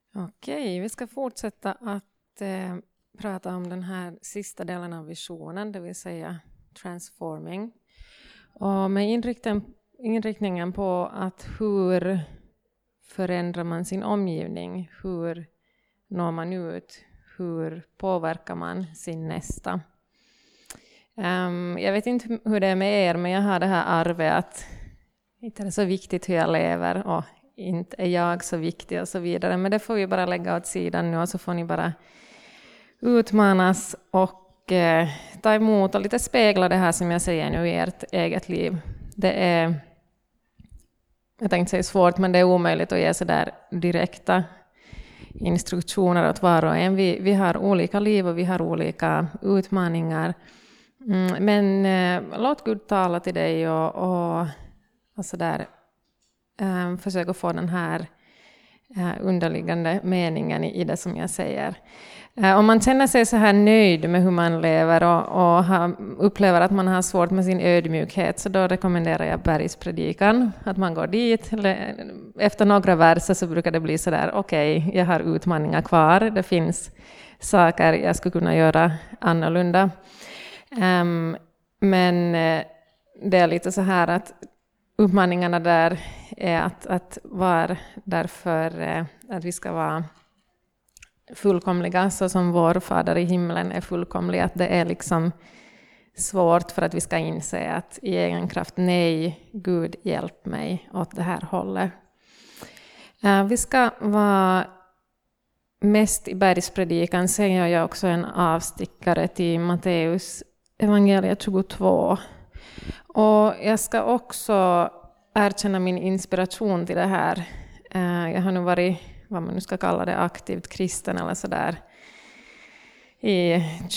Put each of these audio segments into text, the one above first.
Okej, vi ska fortsätta att prata om den här sista delen av visionen, det vill säga transforming. Och med inriktningen på att hur förändrar man sin omgivning, hur når man ut, hur påverkar man sin nästa. Jag vet inte hur det är med er, men jag har det här arvet att inte är det så viktigt hur jag lever och inte är jag så viktig och så vidare. Men det får vi bara lägga åt sidan nu och så får ni bara utmanas och ta emot och lite spegla det här som jag säger nu i ert eget liv. Det är, jag tänkte säga svårt, men det är omöjligt att ge så där direkta instruktioner åt var och en. Vi har olika liv och vi har olika utmaningar. Men låt Gud tala till dig och så där. Försök att få den här underliggande meningen i det som jag säger. Om man känner sig så här nöjd med hur man lever och upplever att man har svårt med sin ödmjukhet, så då rekommenderar jag Bergspredikan, att man går dit. Efter några verser så brukar det bli så där, okej, jag har utmaningar kvar, det finns saker jag skulle kunna göra annorlunda. Men det är lite så här att uppmaningarna där är att vara därför att vi ska vara fullkomliga så som vår Fader i himlen är fullkomlig. Att det är liksom svårt för att vi ska inse att i egen kraft, nej, Gud hjälp mig åt det här hållet. Vi ska vara mest i Bergspredikan, sen gör jag också en avstickare till Matteus evangeliet 22. Och jag ska också erkänna min inspiration till det här. Jag har nu varit, vad man nu ska kalla det, aktivt kristen eller sådär i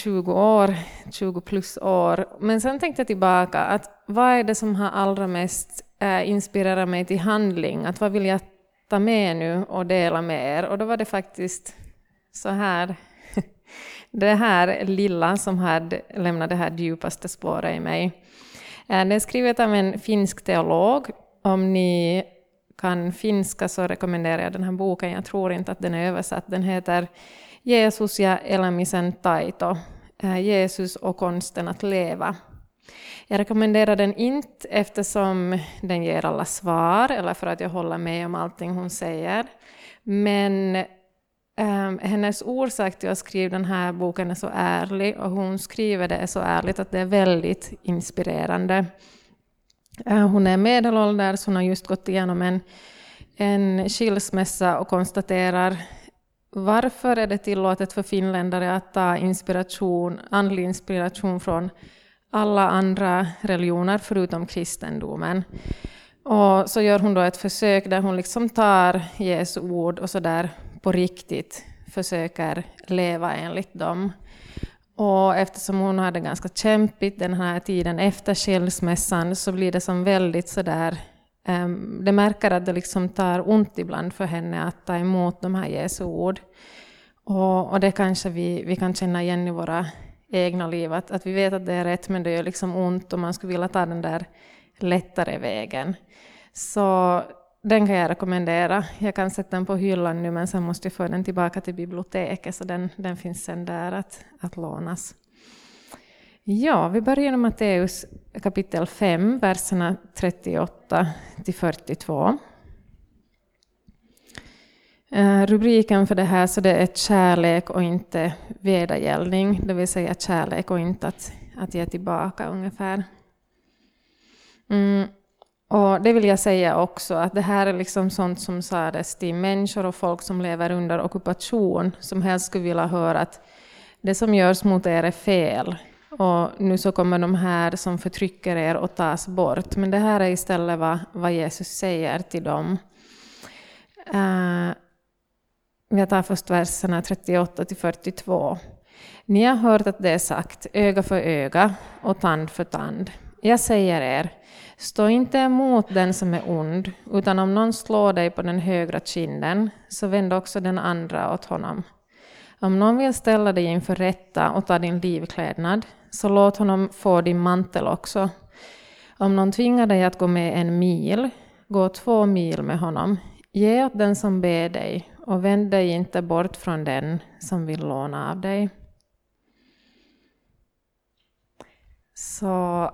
20 plus år. Men sen tänkte jag tillbaka att vad är det som har allra mest inspirerat mig till handling? Att vad vill jag ta med nu och dela med er? Och då var det faktiskt så här, det här lilla som hade lämnat det här djupaste spåret i mig. Det är skrivet av en finsk teolog. Om ni kan finska så rekommenderar jag den här boken. Jag tror inte att den är översatt. Den heter Jesus ja elämisen taito. Jesus och konsten att leva. Jag rekommenderar den inte eftersom den ger alla svar eller för att jag håller med om allting hon säger. Men hennes orsak till att skriva den här boken är så ärlig och hon skriver det så ärligt att det är väldigt inspirerande. Hon är medelålders, hon har just gått igenom en skilsmässa och konstaterar varför är det tillåtet för finländare att ta andlig inspiration från alla andra religioner förutom kristendomen. Och så gör hon då ett försök där hon liksom tar Jesu ord och så där på riktigt försöker leva enligt dem. Och eftersom hon hade ganska kämpigt den här tiden efter skilsmässan så blir det som väldigt sådär, det märker att det liksom tar ont ibland för henne att ta emot de här Jesu ord. Och det kanske vi kan känna igen i våra egna liv, att vi vet att det är rätt men det gör liksom ont och man skulle vilja ta den där lättare vägen. Så den kan jag rekommendera. Jag kan sätta den på hyllan nu men sen måste jag få den tillbaka till biblioteket så den finns sen där att lånas. Ja, vi börjar med Matteus kapitel 5, verserna 38 till 42. Rubriken för det här så det är kärlek och inte vedergällning, det vill säga kärlek och inte att ge tillbaka ungefär. Och det vill jag säga också att det här är liksom sånt som sades till människor och folk som lever under ockupation som helst skulle vilja höra att det som görs mot er är fel och nu så kommer de här som förtrycker er att tas bort. Men det här är istället vad Jesus säger till dem. Vi tar först verserna 38 till 42. Ni har hört att det är sagt öga för öga och tand för tand. Jag säger er, stå inte emot den som är ond, utan om någon slår dig på den högra kinden, så vänd också den andra åt honom. Om någon vill ställa dig inför rätta och ta din livklädnad, så låt honom få din mantel också. Om någon tvingar dig att gå med 1 mil, gå 2 mil med honom. Ge åt den som ber dig och vänd dig inte bort från den som vill låna av dig. Så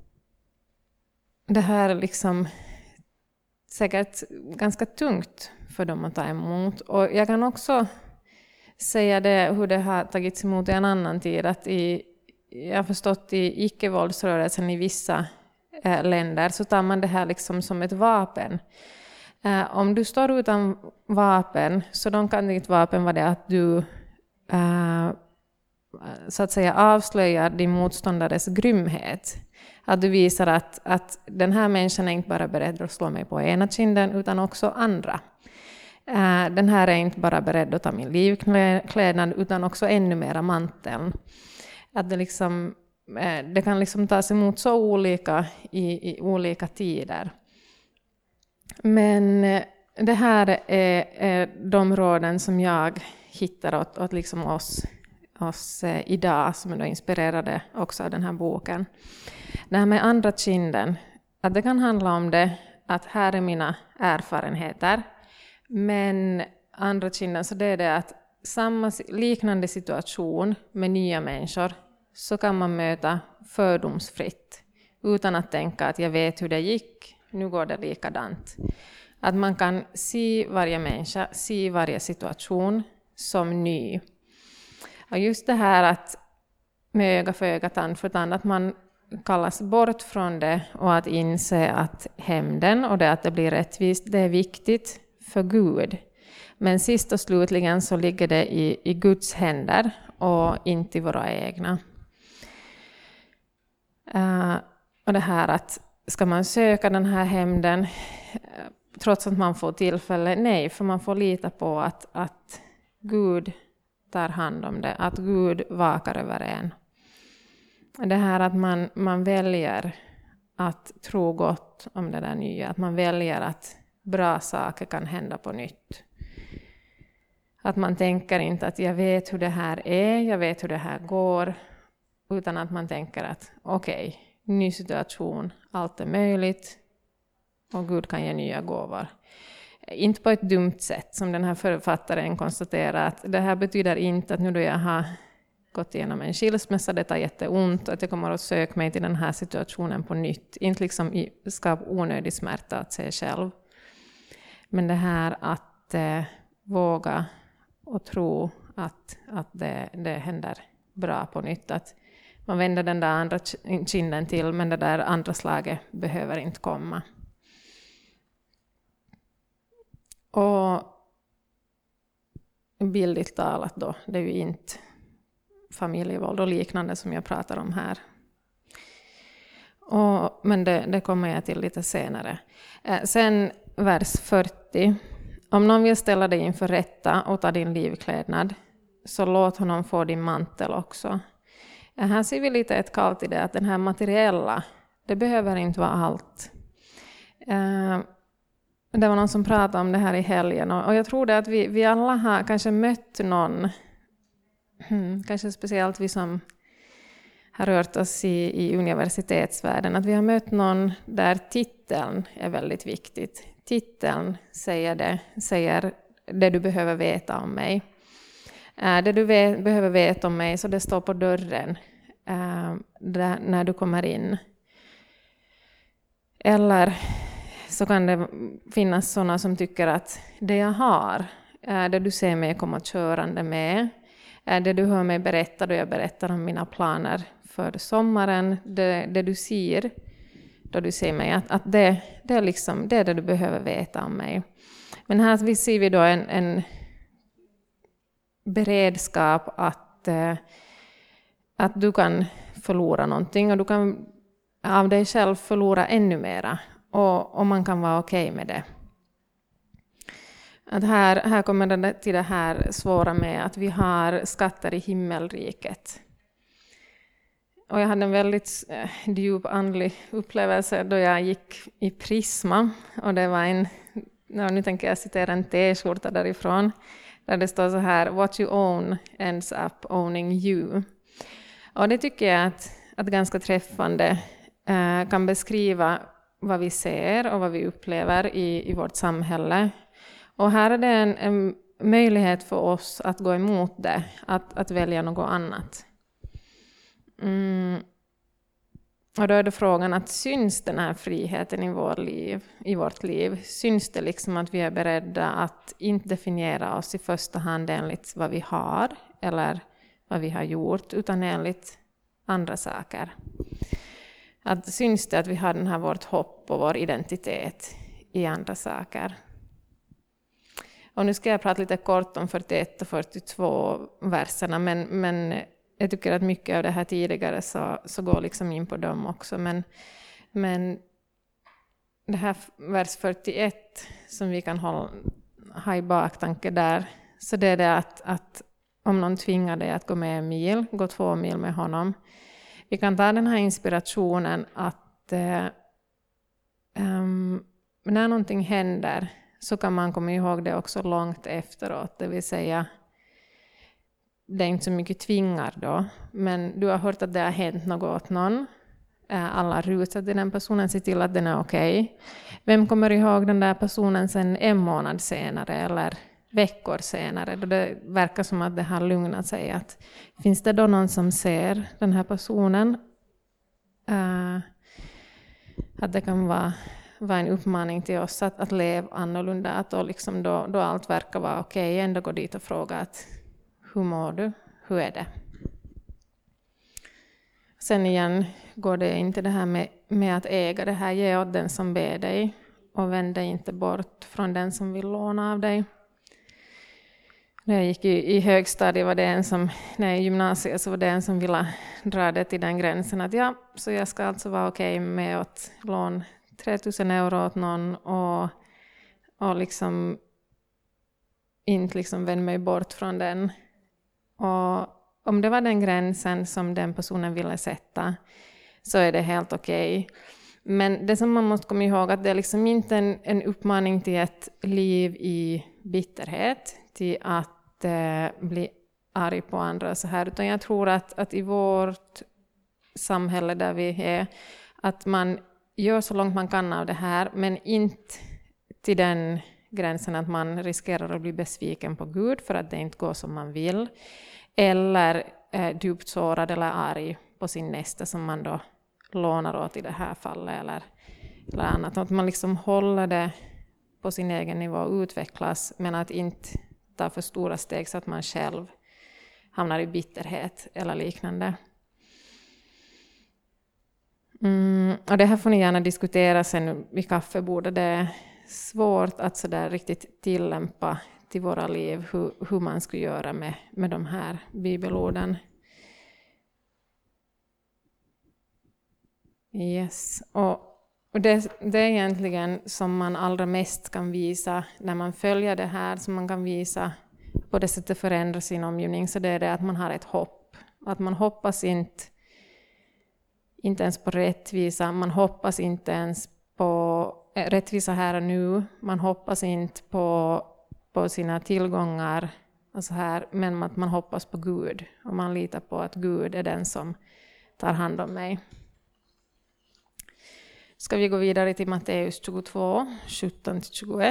det här är liksom säkert ganska tungt för dem att ta emot. Och jag kan också säga det, hur det har tagits emot i en annan tid. Att jag har förstått i icke-våldsrörelsen i vissa länder så tar man det här liksom som ett vapen. Om du står utan vapen så då kan ditt vapen vara det att du så att säga avslöjar din motståndares grymhet. Att du visar att den här människan är inte bara beredd att slå mig på ena kinden utan också andra. Den här är inte bara beredd att ta min livklädnad utan också ännu mera manteln. Att det kan liksom tas emot så olika i olika tider. Men det här är de råden som jag hittar åt liksom oss idag, som är då inspirerade också av den här boken. Det här med andra kinden, att det kan handla om det att här är mina erfarenheter, men andra kinden, så det är det att samma liknande situation med nya människor så kan man möta fördomsfritt utan att tänka att jag vet hur det gick, nu går det likadant. Att man kan se varje människa, se varje situation som ny. Och just det här att med öga för öga, tand för tand, att man kallas bort från det och att inse att hämnden och det att det blir rättvist, det är viktigt för Gud. Men sist och slutligen så ligger det i Guds händer och inte i våra egna. Och det här att ska man söka den här hämnden trots att man får tillfälle? Nej, för man får lita på att Gud tar hand om det, att Gud vakar över en. Det här att man väljer att tro gott om det där nya, att man väljer att bra saker kan hända på nytt. Att man tänker inte att jag vet hur det här är, jag vet hur det här går, utan att man tänker att okej, ny situation, allt är möjligt och Gud kan ge nya gåvor. Inte på ett dumt sätt som den här författaren konstaterar, att det här betyder inte att nu då jag har gått igenom en skilsmässa, det tar jätteont, att jag kommer att söka mig till den här situationen på nytt. Inte liksom skapa onödig smärta åt sig själv. Men det här att våga och tro att det händer bra på nytt. Att man vänder den där andra kinden till, men det där andra slaget behöver inte komma. Och bildligt talat då, det är ju inte familjevåld och liknande som jag pratar om här. Men det kommer jag till lite senare. Sen vers 40. Om någon vill ställa dig inför rätta och ta din livklädnad, så låt honom få din mantel också. Här ser vi lite ett kall till det, att den här materiella, det behöver inte vara allt. Det var någon som pratade om det här i helgen, och jag tror det att vi alla har kanske mött någon, kanske speciellt vi som har rört oss i universitetsvärlden, att vi har mött någon där titeln är väldigt viktigt. Titeln säger det du behöver veta om mig. Det du behöver veta om mig, så det står på dörren när du kommer in. Eller så kan det finnas sådana som tycker att det jag har, det du ser mig komma körande med, det du hör mig berätta då jag berättar om mina planer för sommaren, det du ser då du ser mig, att det är liksom det du behöver veta om mig. Men här ser vi då en beredskap att du kan förlora någonting, och du kan av dig själv förlora ännu mera, och man kan vara okej med det. Att här kommer det till det här svåra med att vi har skatter i himmelriket. Och jag hade en väldigt djup andlig upplevelse då jag gick i Prisma, och det var nu tänker jag citera en t-skjorta därifrån, där det står så här: what you own ends up owning you. Och det tycker jag att ganska träffande kan beskriva vad vi ser och vad vi upplever i vårt samhälle. Och här är det möjlighet för oss att gå emot det, att välja något annat. Och då är det frågan att syns den här friheten i vårt liv? Syns det liksom att vi är beredda att inte definiera oss i första hand enligt vad vi har eller vad vi har gjort, utan enligt andra saker? Att syns det att vi har den här vårt hopp och vår identitet i andra saker? Och nu ska jag prata lite kort om 41 och 42 verserna, men jag tycker att mycket av det här tidigare så går liksom in på dem också. Men det här vers 41 som vi kan ha i baktanke där, så det är det att om någon tvingar dig att gå med 1 mil, gå 2 mil med honom. Vi kan ta den här inspirationen att när någonting händer så kan man komma ihåg det också långt efteråt. Det vill säga, det är inte så mycket tvingar då, men du har hört att det har hänt något åt någon. Alla rusar till den personen, ser till att den är okej. Vem kommer ihåg den där personen sen 1 månad senare eller veckor senare? Då det verkar som att det har lugnat sig. Att, finns det då någon som ser den här personen? Att det kan vara en uppmaning till oss att leva annorlunda. Att då allt verkar vara okej, ändå gå dit och fråga att hur mår du? Hur är det? Sen igen går det inte det här med att äga det här. Ge åt den som ber dig och vänd dig inte bort från den som vill låna av dig. När jag gick i högstadiet var det när jag i gymnasiet så var det en som ville dra det till den gränsen att så jag ska alltså vara okej med att låna 3000 euro åt någon och liksom inte liksom vända mig bort från den. Och om det var den gränsen som den personen ville sätta så är det helt okej. Men det som man måste komma ihåg att det är liksom inte en uppmaning till ett liv i bitterhet, till att bli arg på andra så här, utan jag tror att i vårt samhälle där vi är, att man gör så långt man kan av det här, men inte till den gränsen att man riskerar att bli besviken på Gud för att det inte går som man vill, eller djupt sårad eller arg på sin nästa som man då lånar åt i det här fallet eller annat. Att man liksom håller det på sin egen nivå och utvecklas, men att inte ta för stora steg så att man själv hamnar i bitterhet eller liknande. Och det här får ni gärna diskutera sen vid kaffebordet. Det är svårt att så där riktigt tillämpa till våra liv hur man ska göra med de här bibelorden. Yes. Och det är egentligen som man allra mest kan visa när man följer det här, som man kan visa på det sättet förändra sin omgivning, så det är det att man har ett hopp. Att man hoppas inte ens på rättvisa, man hoppas inte ens på rättvisa här och nu, man hoppas inte på sina tillgångar och så här, men att man hoppas på Gud och man litar på att Gud är den som tar hand om mig. Ska vi gå vidare till Matteus 22, 17-21.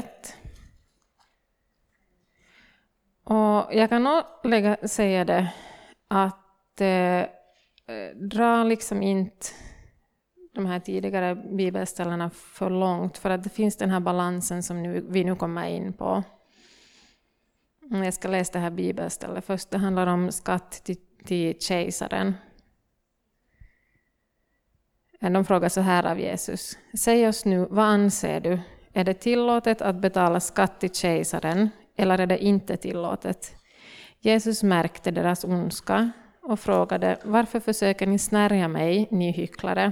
Och jag kan nog säga det att dra liksom inte de här tidigare bibelställena för långt, för att det finns den här balansen som vi nu kommer in på. Jag ska läsa det här bibelstället. Först det handlar om skatt till kejsaren. De frågar så här av Jesus. Säg oss nu, vad anser du? Är det tillåtet att betala skatt till kejsaren eller är det inte tillåtet? Jesus märkte deras ondska och frågade, varför försöker ni snärja mig, ni hycklare?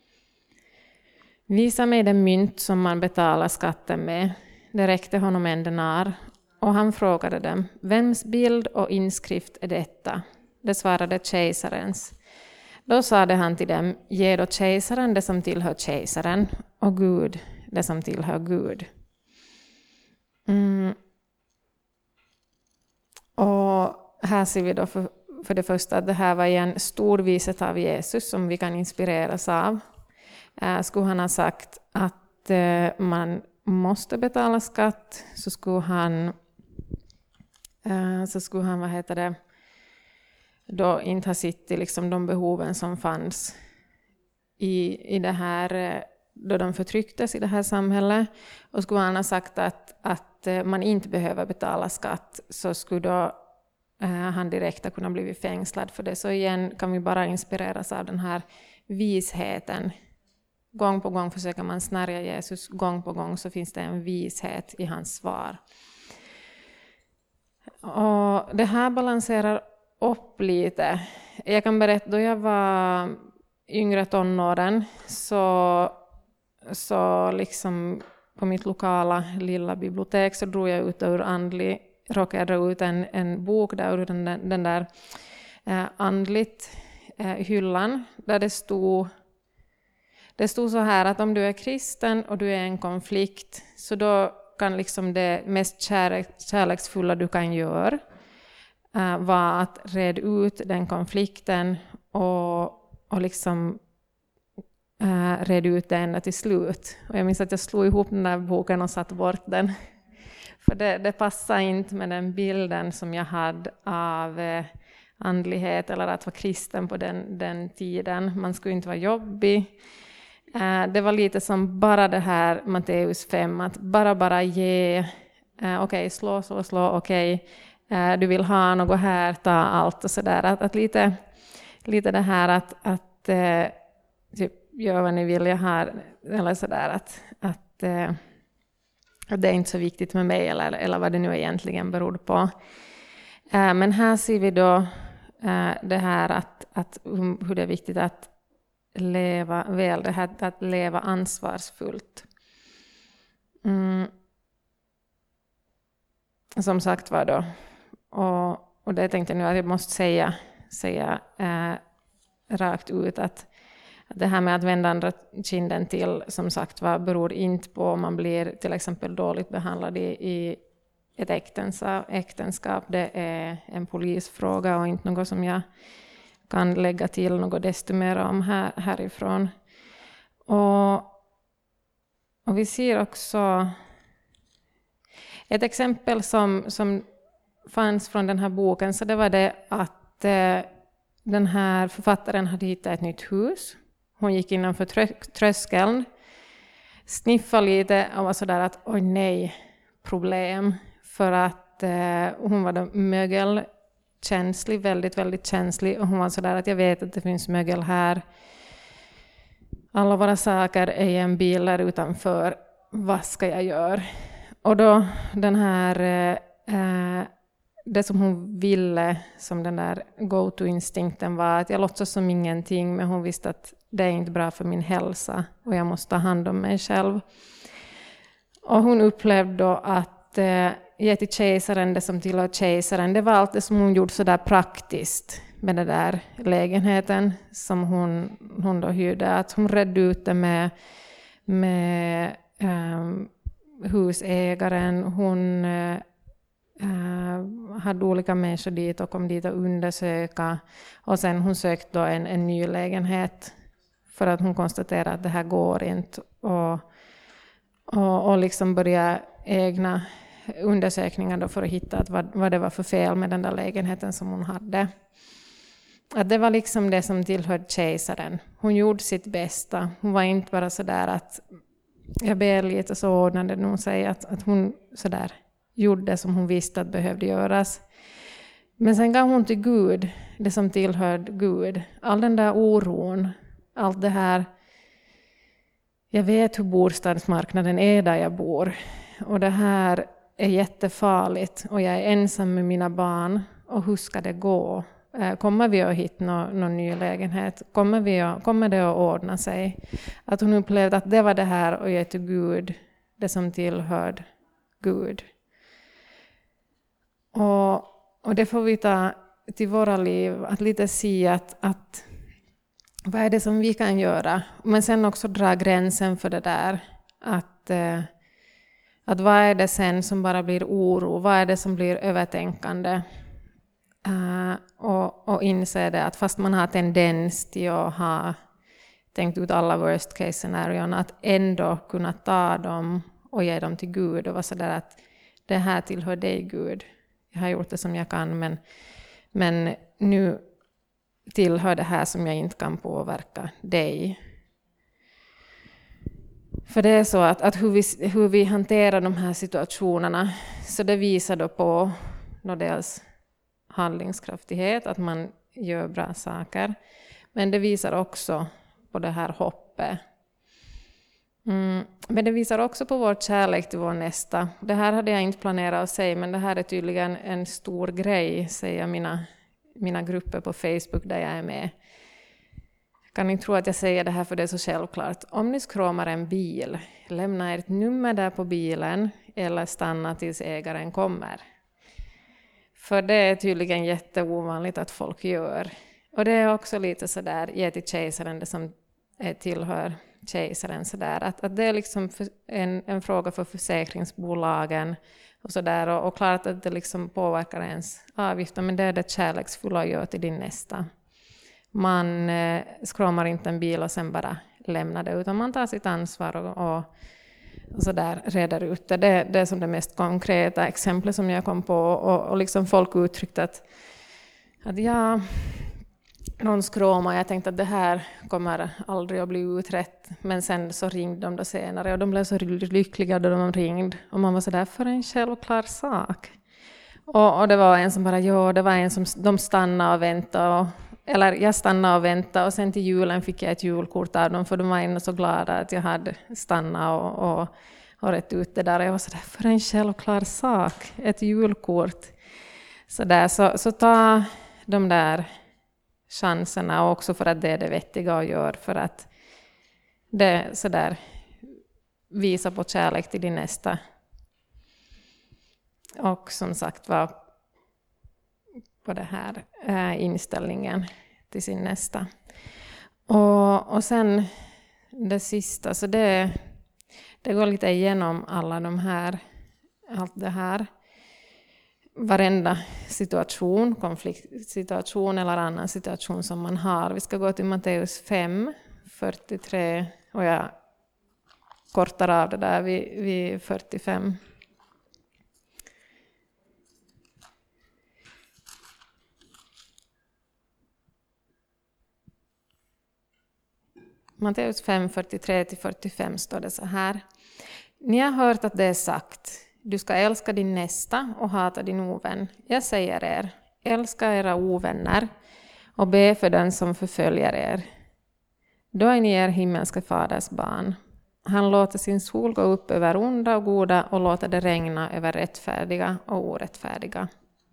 Visa mig den mynt som man betalar skatten med. Det räckte honom en denar. Och han frågade dem, vems bild och inskrift är detta? Det svarade kejsarens. Då sade han till dem, ge då kejsaren det som tillhör kejsaren och Gud det som tillhör Gud. Och här ser vi då för det första att det här var en stor vishet av Jesus som vi kan inspireras av. Skulle han ha sagt att man måste betala skatt, så skulle han så skulle han, då inte ha sett liksom de behoven som fanns i det här, då de förtrycktes i det här samhället. Och skulle han ha sagt att man inte behöver betala skatt, så skulle då han direkt ha kunnat bli fängslad för det. Så igen kan vi bara inspireras av den här visheten. Gång på gång försöker man snärja Jesus, gång på gång så finns det en vishet i hans svar. Och det här balanserar upp lite. Jag kan berätta, då jag var yngre tonåren så liksom på mitt lokala lilla bibliotek så drog jag ut råkade dra ut en bok där ur den där andligt hyllan, där det stod så här att om du är kristen och du är i en konflikt, så då kan liksom det mest kärleksfulla du kan göra vara att reda ut den konflikten och liksom reda ut det ända till slut. Och jag minns att jag slog ihop den där boken och satte bort den. För det passar inte med den bilden som jag hade av andlighet eller att vara kristen på den tiden. Man skulle inte vara jobbig. Det var lite som bara det här Matteus 5, att bara ge, okej, slå, okej, du vill ha något här, ta allt och sådär. Att lite det här att typ gör vad ni vill, jag har, eller sådär, att det är inte så viktigt med mig eller vad det nu egentligen beror på. Men här ser vi då det här att hur det är viktigt att leva väl, det här att leva ansvarsfullt. Som sagt var då, och det tänkte jag nu att jag måste säga rakt ut att det här med att vända andra kinden till, som sagt var, beror inte på om man blir till exempel dåligt behandlad i ett äktenskap. Det är en polisfråga och inte något som jag kan lägga till något desto mer om härifrån. Och vi ser också ett exempel som fanns från den här boken, så det var det att den här författaren hade hittat ett nytt hus. Hon gick innanför tröskeln, sniffade lite och var sådär att oj nej, problem. För att hon var då mögelkänslig, väldigt, väldigt känslig. Och hon var sådär att jag vet att det finns mögel här. Alla våra saker är i en bil där utanför. Vad ska jag göra? Och då den här, det som hon ville, som den där go-to-instinkten var att jag låtsas som ingenting, men hon visste att det är inte bra för min hälsa och jag måste ta hand om mig själv. Och hon upplevde då att ge till kejsaren det som tillhör kejsaren. Det var allt det som hon gjorde så där praktiskt med den där lägenheten som hon då hyrde. Att hon redde ut det med husägaren. Hon hade olika människor dit och kom dit och undersöka. Och sen hon sökte då en ny lägenhet för att hon konstaterade att det här går inte. Och liksom börja egna undersökningar då för att hitta att vad det var för fel med den där lägenheten som hon hade. Att det var liksom det som tillhörde kejsaren. Hon gjorde sitt bästa. Hon var inte bara sådär att jag ber lite, så ordnade hon sig att hon sådär gjorde som hon visste att behövde göras. Men sen gav hon till Gud det som tillhörde Gud. All den där oron, allt det här. Jag vet hur bostadsmarknaden är där jag bor. Och det här är jättefarligt. Och jag är ensam med mina barn. Och hur ska det gå? Kommer vi att hitta någon ny lägenhet? Kommer det att ordna sig? Att hon upplevde att det var det här och ge till Gud det som tillhörde Gud. Och det får vi ta till våra liv. Att lite se att vad är det som vi kan göra? Men sen också dra gränsen för det där. Att vad är det sen som bara blir oro? Vad är det som blir övertänkande? Och inse det att fast man har tendens till att ha tänkt ut alla worst case scenarion, att ändå kunna ta dem och ge dem till Gud och vara sådär att det här tillhör dig Gud. Jag har gjort det som jag kan, men nu tillhör det här som jag inte kan påverka dig. För det är så att hur vi hanterar de här situationerna, så det visar då på dels handlingskraftighet, att man gör bra saker. Men det visar också på det här hoppet. Men det visar också på vår kärlek till vår nästa. Det här hade jag inte planerat att säga, men det här är tydligen en stor grej, säger mina grupper på Facebook där jag är med. Jag kan inte tro att jag säger det här, för det är så självklart. Om ni skråmar en bil, lämna ert nummer där på bilen eller stanna tills ägaren kommer. För det är tydligen jätteovanligt att folk gör. Och det är också lite sådär, ge till kejsaren det som tillhör kejsaren. Sådär. Att det är liksom en fråga för försäkringsbolagen. Och, sådär, och klart att det liksom påverkar ens avgifter, men det är det kärleksfulla att göra till din nästa. Man skramar inte en bil och sen bara lämnar det, utan man tar sitt ansvar och så där reder ut det. Det är som det mest konkreta exemplet som jag kom på, och liksom folk uttryckte att någon skråma, jag tänkte att det här kommer aldrig att bli utrett, men sen så ringde de då senare och de blev så lyckliga då de ringde, och man var så där, för en självklar sak. Och det var en som bara, det var en som de stannade och väntade, eller jag stannade och väntade, och sen till julen fick jag ett julkort av dem, för de var ändå så glada att jag hade stannat och rätt ut det där. Jag var så där, för en självklar sak, ett julkort. Så ta de där chanserna, också för att det är det vettiga att göra, för att det så där visa på kärlek till din nästa. Och som sagt var på det här inställningen till sin nästa. Och sen det sista, så det går lite igenom allt det här. Varenda situation, konfliktsituation eller annan situation som man har. Vi ska gå till Matteus 5, 43, och jag kortar av det där vid 45. Matteus 5, 43-45 står det så här. Ni har hört att det är sagt, du ska älska din nästa och hata din ovän. Jag säger er, älska era ovänner och be för den som förföljer er. Då är ni er himmelska faders barn. Han låter sin sol gå upp över onda och goda och låter det regna över rättfärdiga och orättfärdiga.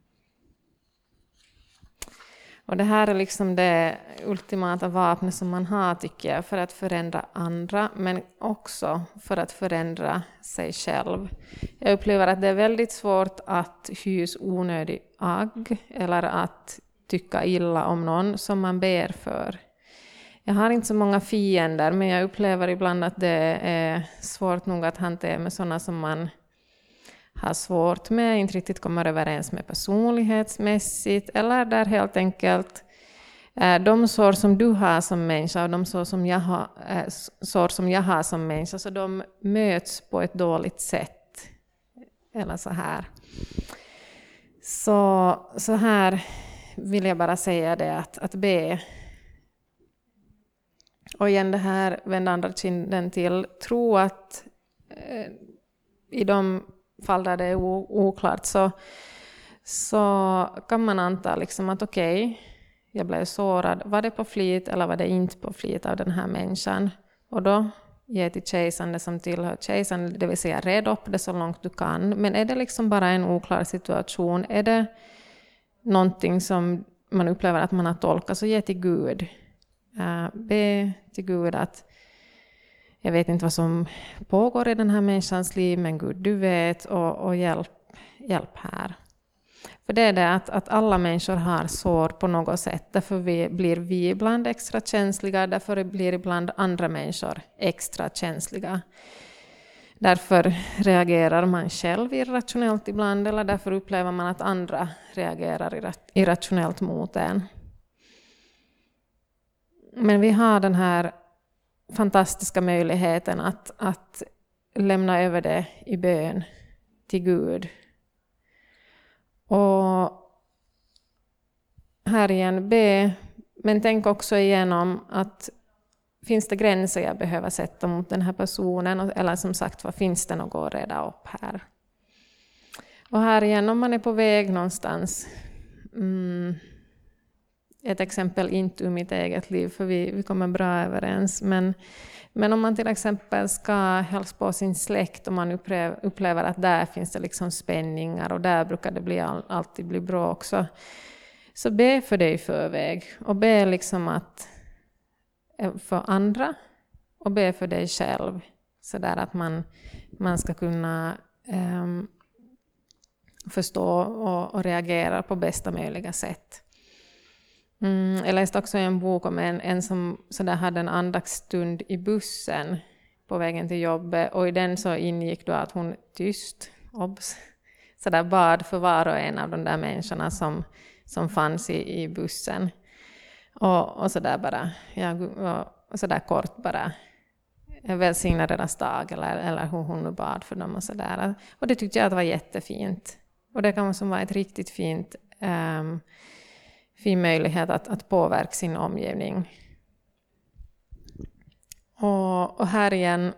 Och det här är liksom det ultimata vapnet som man har, tycker jag, för att förändra andra, men också för att förändra sig själv. Jag upplever att det är väldigt svårt att hysa onödig agg eller att tycka illa om någon som man ber för. Jag har inte så många fiender, men jag upplever ibland att det är svårt nog att hantera med sådana som man har svårt med, inte riktigt kommer överens med personlighetsmässigt, eller där helt enkelt de sår som du har som människa och de sår som jag har som människa, så de möts på ett dåligt sätt. Eller så här. Så här vill jag bara säga det, att be. Och igen det här, vänd andra kinden till, tro att i de fall där det är oklart så kan man anta liksom att okej, jag blev sårad. Var det på flit eller var det inte på flit av den här människan? Och då ge till kejsaren det som tillhör kejsaren, det vill säga red upp det så långt du kan. Men är det liksom bara en oklar situation, är det någonting som man upplever att man har tolkat, så ge till Gud. Be till Gud att jag vet inte vad som pågår i den här människans liv, men Gud, du vet, och hjälp här. För det är det att alla människor har sår på något sätt. Därför blir vi ibland extra känsliga, därför blir ibland andra människor extra känsliga. Därför reagerar man själv irrationellt ibland, eller därför upplever man att andra reagerar irrationellt mot en. Men vi har den här fantastiska möjligheten att lämna över det i bön till Gud. Och här igen, be, men tänk också igenom att finns det gränser jag behöver sätta mot den här personen? Eller som sagt, vad finns det något att reda upp här? Och här igen, om man är på väg någonstans. Ett exempel inte ur mitt eget liv, för vi kommer bra överens. Men om man till exempel ska hälsa på sin släkt och man upplever att där finns det liksom spänningar och där brukar det alltid bli bra också. Så be för dig i förväg och be liksom att för andra och be för dig själv. Så där att man ska kunna förstå och reagera på bästa möjliga sätt. Jag läste också en bok om en som så där hade en andaktsstund i bussen på vägen till jobbet. Och i den så ingick då att hon tyst, så där bad för var och en av de där människorna som fanns i bussen. Och så där bara, och så där kort bara, välsigna deras dag eller hur hon nu bad för dem och så där. Och det tyckte jag att var jättefint. Och det kan vara ett riktigt fin möjlighet att påverka sin omgivning. Och här igen,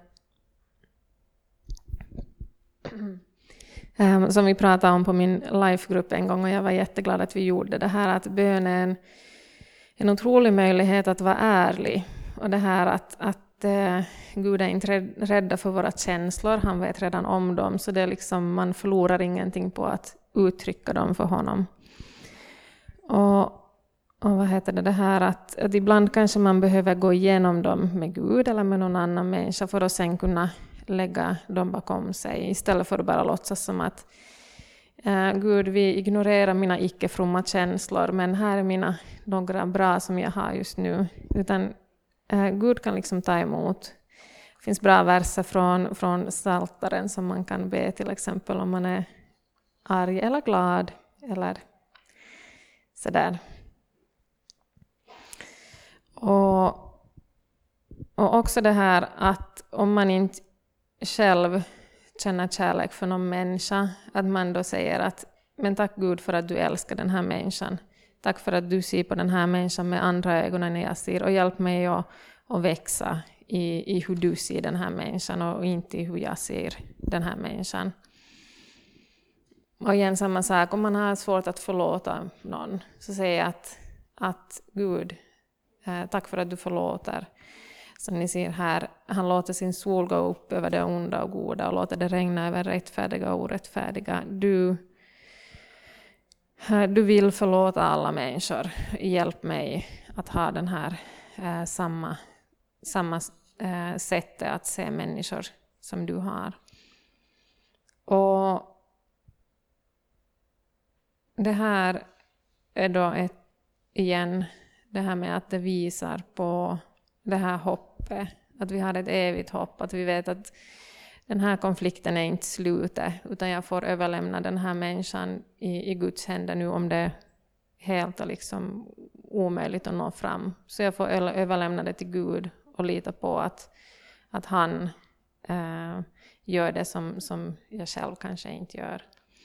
som vi pratade om på min livegrupp en gång, och jag var jätteglad att vi gjorde det här, att bön är en otrolig möjlighet att vara ärlig. Och det här att Gud är inte rädda för våra känslor, han vet redan om dem, så det är liksom, man förlorar ingenting på att uttrycka dem för honom. Och vad heter det här att ibland kanske man behöver gå igenom dem med Gud eller med någon annan människa för att sen kunna lägga dem bakom sig, istället för att bara låtsas som att Gud, vi ignorerar mina icke-fromma känslor, men här är några bra som jag har just nu. Utan Gud kan liksom ta emot. Det finns bra verser från Psaltaren som man kan be, till exempel om man är arg eller glad eller sådär. Och också det här att om man inte själv känner kärlek för någon människa, att man då säger att men tack Gud för att du älskar den här människan. Tack för att du ser på den här människan med andra ögon än jag ser, och hjälp mig att växa i hur du ser den här människan och inte i hur jag ser den här människan. Och igen samma sak, om man har svårt att förlåta någon, så säger jag att Gud, tack för att du förlåter. Som ni ser här, han låter sin sol gå upp över det onda och goda och låter det regna över rättfärdiga och orättfärdiga. Du vill förlåta alla människor. Hjälp mig att ha den här samma sättet att se människor som du har. Och det här är då igen det här med att det visar på det här hoppet, att vi har ett evigt hopp, att vi vet att den här konflikten är inte slutet, utan jag får överlämna den här människan i Guds händer nu, om det är helt liksom omöjligt att nå fram. Så jag får överlämna det till Gud och lita på att han gör det som jag själv kanske inte gör.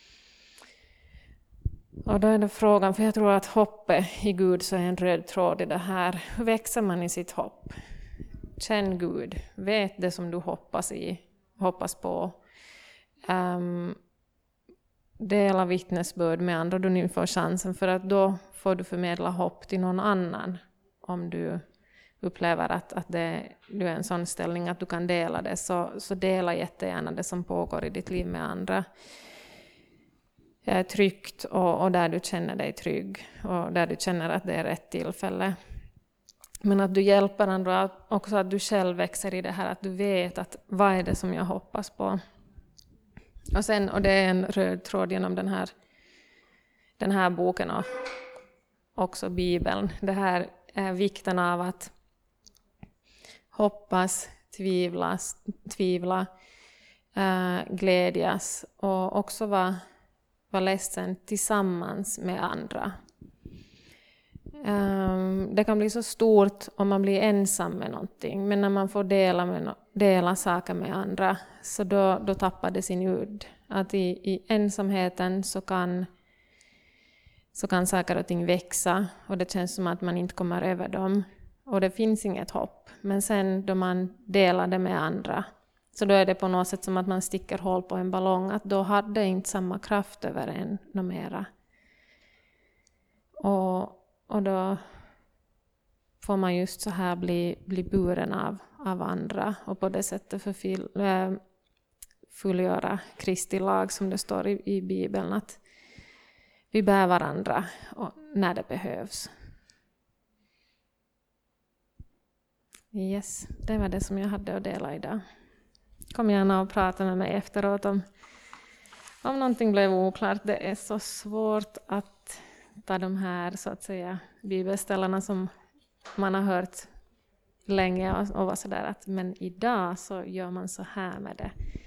Och då är det frågan, för jag tror att hoppet i Gud så är en röd tråd i det här. Hur växer man i sitt hopp? Känn Gud, vet det som du hoppas på. Dela vittnesbörd med andra då ni får chansen, för att då får du förmedla hopp till någon annan. Om du upplever att du är i en sån ställning att du kan dela det, så dela jättegärna det som pågår i ditt liv med andra. Tryggt och där du känner dig trygg och där du känner att det är rätt tillfälle. Men att du hjälper andra, också att du själv växer i det här, att du vet att vad är det som jag hoppas på. Och det är en röd tråd genom den här boken och också Bibeln. Det här är vikten av att hoppas, tvivla, glädjas och också vara ledsen tillsammans med andra. Det kan bli så stort om man blir ensam med någonting, men när man får dela saker med andra, så då tappar det sin udd. Att i ensamheten så kan så kan saker och ting växa och det känns som att man inte kommer över dem. Och det finns inget hopp. Men sen då man delar det med andra, så då är det på något sätt som att man sticker hål på en ballong. Att då hade inte samma kraft över en något mera. Och då får man just så här bli buren av andra. Och på det sättet fullgöra Kristi lag som det står i Bibeln. Att vi bär varandra när det behövs. Yes, det var det som jag hade att dela idag. Kom gärna och prata med mig efteråt om någonting blev oklart. Det är så svårt att ta de här så att säga bibelställarna som man har hört länge och vara sådär att men idag så gör man så här med det.